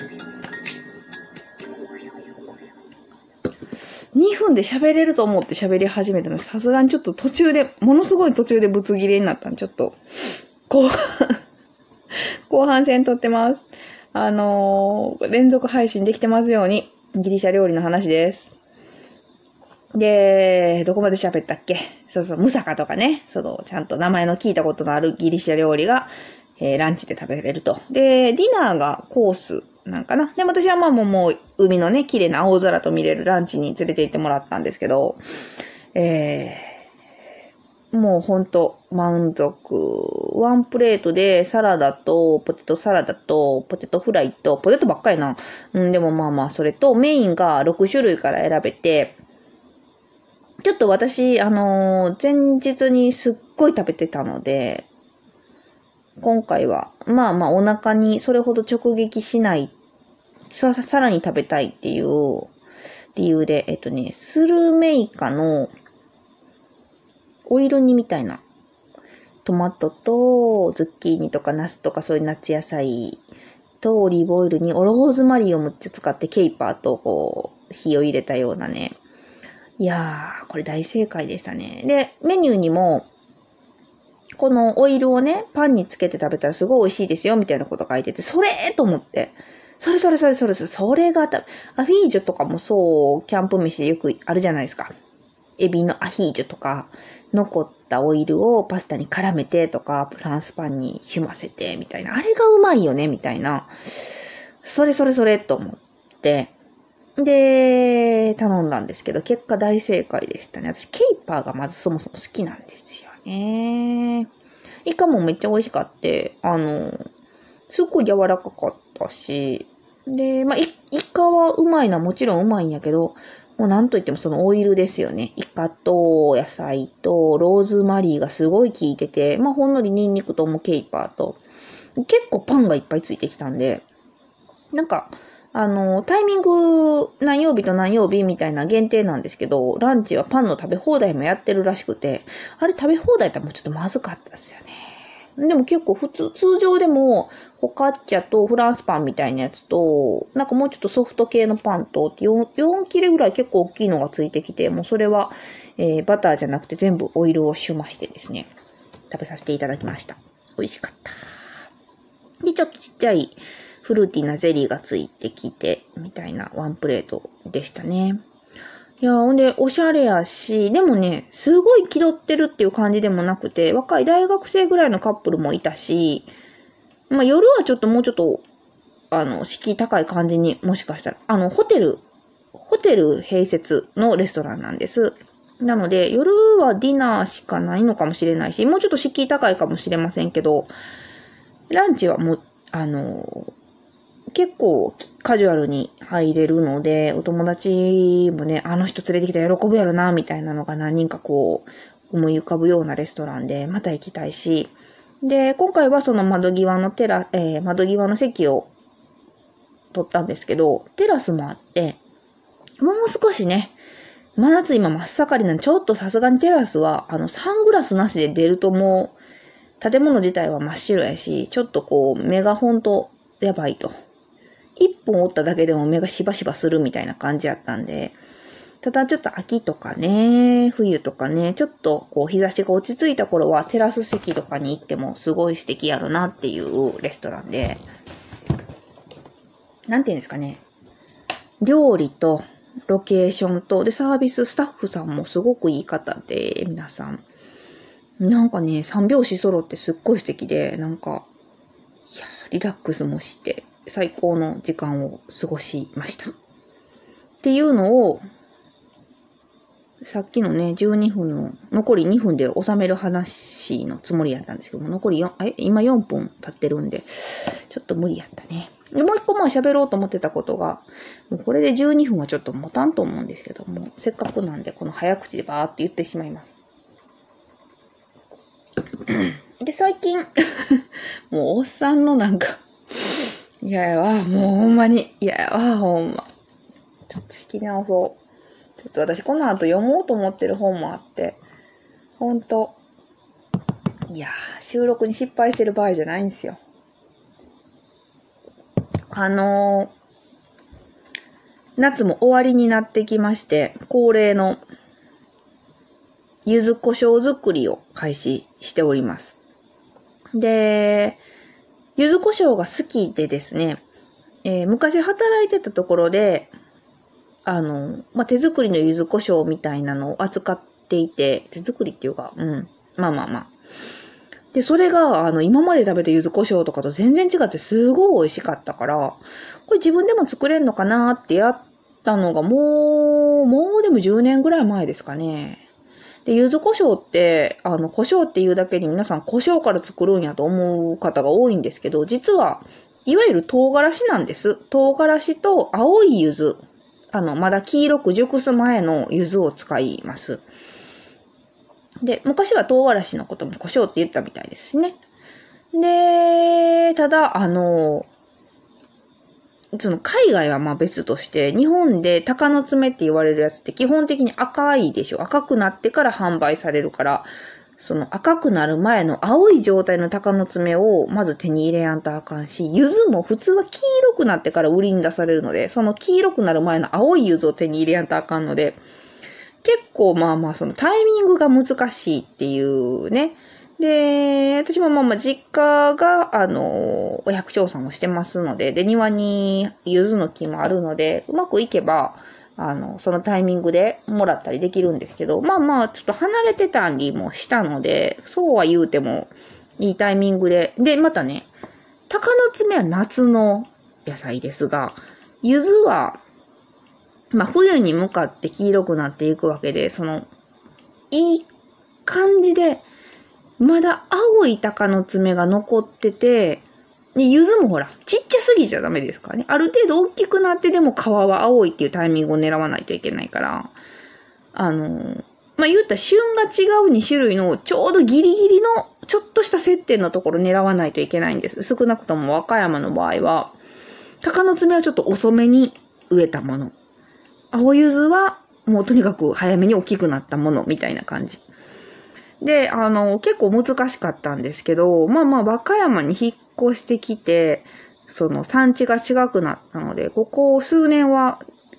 2分で喋れると思って喋り始めたので、さすがにちょっと途中で、ものすごい途中でぶつ切れになったんで、ちょっと、後半戦撮ってます。連続配信できてますように、ギリシャ料理の話です。で、どこまで喋ったっけ？ムサカとかね、ちゃんと名前の聞いたことのあるギリシャ料理が、ランチで食べれると。で、ディナーがコースなんかな。で、私はもう海のね、綺麗な青空と見れるランチに連れて行ってもらったんですけど、もうほんと満足。ワンプレートでサラダとポテトサラダとポテトフライとポテトばっかりな。でもそれとメインが6種類から選べて、ちょっと私、前日にすっごい食べてたので、今回は、お腹にそれほど直撃しない、さらに食べたいっていう理由で、スルメイカのオイル煮みたいな、トマトとズッキーニとかナスとかそういう夏野菜とオリーブオイルにローズマリーをむっちゃ使ってケイパーと火を入れたようなね。いやー、これ大正解でしたね。で、メニューにも、このオイルをね、パンにつけて食べたらすごい美味しいですよ、みたいなこと書いてて、それと思って。それが、アフィージョとかもそう、キャンプ飯でよくあるじゃないですか。エビのアヒージョとか、残ったオイルをパスタに絡めてとか、フランスパンにしませて、みたいな。あれがうまいよね、みたいな。それと思って。で、頼んだんですけど、結果大正解でしたね。私、ケイパーがまずそもそも好きなんですよね。イカもめっちゃ美味しかって、すっごい柔らかかったし、で、イカはうまいのはもちろんうまいんやけど、もうなんといってもそのオイルですよね。イカと野菜とローズマリーがすごい効いてて、ほんのりニンニクともケイパーと、結構パンがいっぱいついてきたんで、なんか、タイミング何曜日と何曜日みたいな限定なんですけど、ランチはパンの食べ放題もやってるらしくて、あれ食べ放題ってもうちょっとまずかったですよね。でも結構通常でも、フォカッチャとフランスパンみたいなやつと、なんかもうちょっとソフト系のパンと、4切れぐらい結構大きいのがついてきて、もうそれは、バターじゃなくて全部オイルをしましてですね、食べさせていただきました。美味しかった。で、ちょっとちっちゃい、フルーティーなゼリーがついてきて、みたいなワンプレートでしたね。いや、ほんで、おしゃれやし、でもね、すごい気取ってるっていう感じでもなくて、若い大学生ぐらいのカップルもいたし、夜はちょっともうちょっと、敷居高い感じにもしかしたら、ホテル併設のレストランなんです。なので、夜はディナーしかないのかもしれないし、もうちょっと敷居高いかもしれませんけど、ランチはもう、結構カジュアルに入れるので、お友達もね、あの人連れてきたら喜ぶやろな、みたいなのが何人か思い浮かぶようなレストランで、また行きたいし、で、今回はその窓際の席を取ったんですけど、テラスもあって、もう少しね、真夏今真っ盛りなんで、ちょっとさすがにテラスは、サングラスなしで出るともう、建物自体は真っ白やし、ちょっと目がほんとやばいと。一本折っただけでも目がしばしばするみたいな感じやったんで、ただちょっと秋とかね、冬とかね、ちょっと日差しが落ち着いた頃はテラス席とかに行ってもすごい素敵やろなっていうレストランで、なんていうんですかね、料理とロケーションと、で、サービススタッフさんもすごくいい方で、皆さん。なんかね、三拍子揃ってすっごい素敵で、なんか、いや、リラックスもして、最高の時間を過ごしました。っていうのを、さっきのね、12分の、残り2分で収める話のつもりやったんですけども、残り今4分経ってるんで、ちょっと無理やったね。でもう一個喋ろうと思ってたことが、もうこれで12分はちょっと持たんと思うんですけども、せっかくなんでこの早口でバーって言ってしまいます。で、最近、もうおっさんのなんか、いややわ、もうほんまに、いややわ、ほんま。ちょっと仕切り直そう。ちょっと私この後読もうと思ってる本もあって、ほんと、いや収録に失敗してる場合じゃないんですよ。 夏も終わりになってきまして、恒例の柚子胡椒作りを開始しております。で、柚子胡椒が好きでですね、昔働いてたところで、手作りの柚子胡椒みたいなのを扱っていて、手作りっていうか、で、それが、今まで食べた柚子胡椒とかと全然違ってすごい美味しかったから、これ自分でも作れんのかなってやったのがもうでも10年ぐらい前ですかね。で、柚子胡椒って、胡椒っていうだけに皆さん胡椒から作るんやと思う方が多いんですけど、実は、いわゆる唐辛子なんです。唐辛子と青い柚子。まだ黄色く熟す前の柚子を使います。で、昔は唐辛子のことも胡椒って言ったみたいですしね。で、ただ、その海外はまあ別として、日本で鷹の爪って言われるやつって基本的に赤いでしょ。赤くなってから販売されるから、その赤くなる前の青い状態の鷹の爪をまず手に入れやんとあかんし、柚子も普通は黄色くなってから売りに出されるので、その黄色くなる前の青い柚子を手に入れやんとあかんので、結構そのタイミングが難しいっていうね。で、私も実家が、お百姓さんをしてますので、で、庭に柚子の木もあるので、うまくいけば、そのタイミングでもらったりできるんですけど、ちょっと離れてたりもしたので、そうは言うてもいいタイミングで、で、またね、鷹の爪は夏の野菜ですが、柚子は、冬に向かって黄色くなっていくわけで、いい感じで、まだ青い鷹の爪が残ってて、で、柚子もほら、ちっちゃすぎちゃダメですからね。ある程度大きくなってでも皮は青いっていうタイミングを狙わないといけないから、言ったら旬が違う2種類のちょうどギリギリのちょっとした接点のところ狙わないといけないんです。少なくとも和歌山の場合は、鷹の爪はちょっと遅めに植えたもの。青柚子はもうとにかく早めに大きくなったものみたいな感じ。で、結構難しかったんですけど、和歌山に引っ越してきて、その産地が違くなったので、ここ数年は、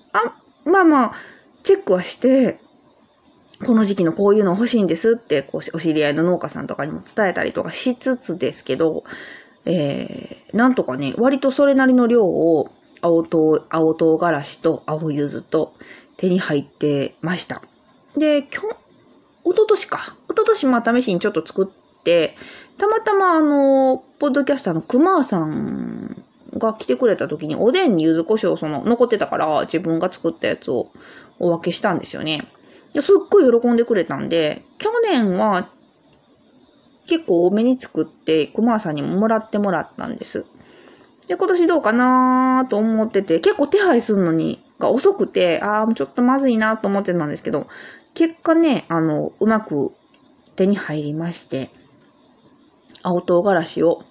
チェックはして、この時期のこういうの欲しいんですって、お知り合いの農家さんとかにも伝えたりとかしつつですけど、なんとかね、割とそれなりの量を青唐辛子と青柚子と手に入ってました。で、一昨年試しにちょっと作って、たまたまポッドキャスターの熊さんが来てくれた時におでんに柚子胡椒残ってたから自分が作ったやつをお分けしたんですよね。すっごい喜んでくれたんで、去年は結構多めに作って熊さんにももらったんです。で、今年どうかなと思ってて、結構手配するのが遅くて、ちょっとまずいなと思ってたんですけど、結果ね、うまく手に入りまして、青唐辛子を、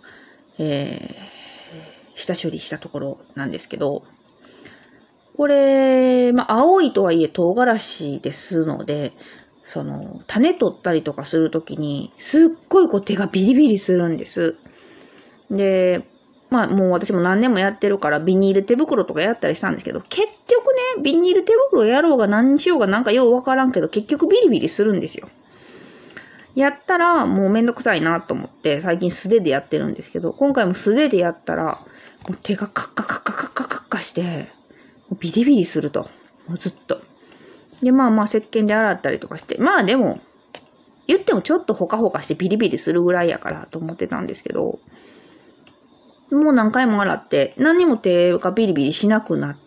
下処理したところなんですけど、これ、青いとはいえ唐辛子ですので、種取ったりとかするときに、すっごい手がビリビリするんです。で、もう私も何年もやってるからビニール手袋とかやったりしたんですけど、結局ね、ビニール手袋やろうが何しようがなんかようわからんけど、結局ビリビリするんですよ。やったらもうめんどくさいなと思って最近素手でやってるんですけど、今回も素手でやったら、もう手がカッカカッカカッカカッカして、ビリビリすると。もうずっと。で、石鹸で洗ったりとかして、でも、言ってもちょっとほかほかしてビリビリするぐらいやからと思ってたんですけど、もう何回も洗って、何にも手がビリビリしなくなって、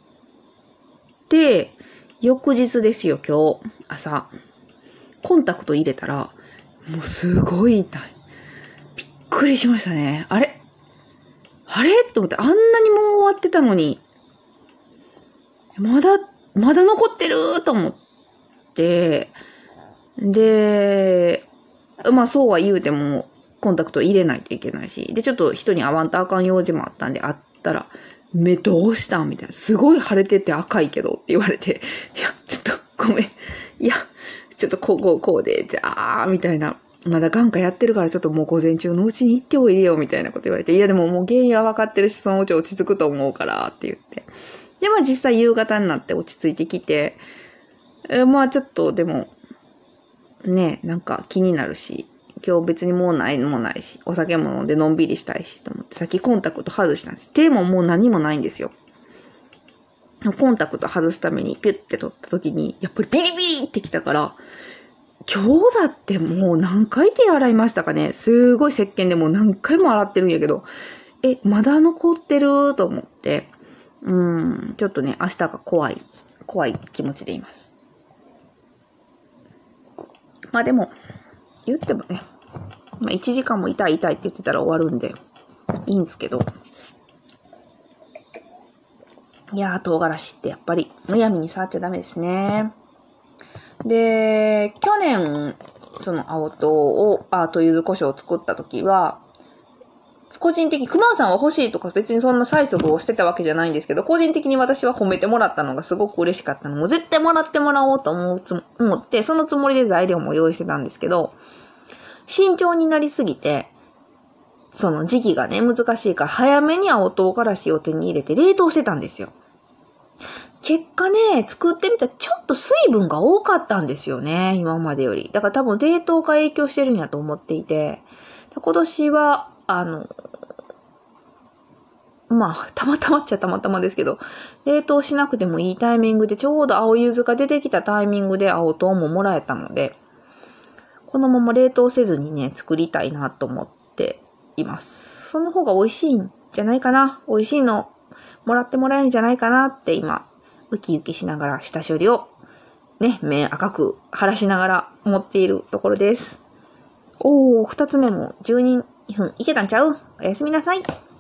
翌日ですよ、今日、朝。コンタクト入れたら、もうすごい痛い。びっくりしましたね。あれと思って、あんなにもう終わってたのに、まだ残ってると思って、で、そうは言うても、コンタクト入れないといけないし、で、ちょっと人に会わんとあかん用事もあったんで、会ったら、目どうしたんみたいな。すごい腫れてて赤いけどって言われて、いや、ちょっとごめん。いや、ちょっとこうで、みたいな。 まだ眼科やってるからちょっともう午前中のうちに行っておいでよみたいなこと言われて、いやでももう原因は分かってるし、そのうち落ち着くと思うからって言って。で、まあ実際夕方になって落ち着いてきて、まあちょっとでも、ね、なんか気になるし、今日別にもうないのもないし、お酒も飲んでのんびりしたいしと思って、さっきコンタクト外したんです。手ももう何もないんですよ。コンタクト外すためにピュッて取った時に、やっぱりビリビリってきたから、今日だってもう何回手洗いましたかね。すごい石鹸でもう何回も洗ってるんやけど、まだ残ってると思って、ちょっとね、明日が怖い気持ちでいます。まあでも、言ってもね、1時間も痛いって言ってたら終わるんで、いいんですけど。いやー、唐辛子ってやっぱり、むやみに触っちゃダメですね。で、去年、その青唐を、と柚子胡椒を作った時は、個人的に、熊尾さんは欲しいとか別にそんな催促をしてたわけじゃないんですけど、個人的に私は褒めてもらったのがすごく嬉しかったのも、絶対もらってもらおうと思って、そのつもりで材料も用意してたんですけど、慎重になりすぎて、その時期がね、難しいから早めに青唐辛子を手に入れて冷凍してたんですよ。結果ね、作ってみたらちょっと水分が多かったんですよね、今までより。だから多分冷凍が影響してるんやと思っていて、今年は、まあ、たまたまっちゃたまたまですけど、冷凍しなくてもいいタイミングで、ちょうど青柚子が出てきたタイミングで青唐ももらえたので、このまま冷凍せずにね、作りたいなと思っています。その方が美味しいんじゃないかな。美味しいのもらってもらえるんじゃないかなって今、ウキウキしながら下処理をね、目赤く晴らしながら思っているところです。二つ目も12分いけたんちゃう？おやすみなさい。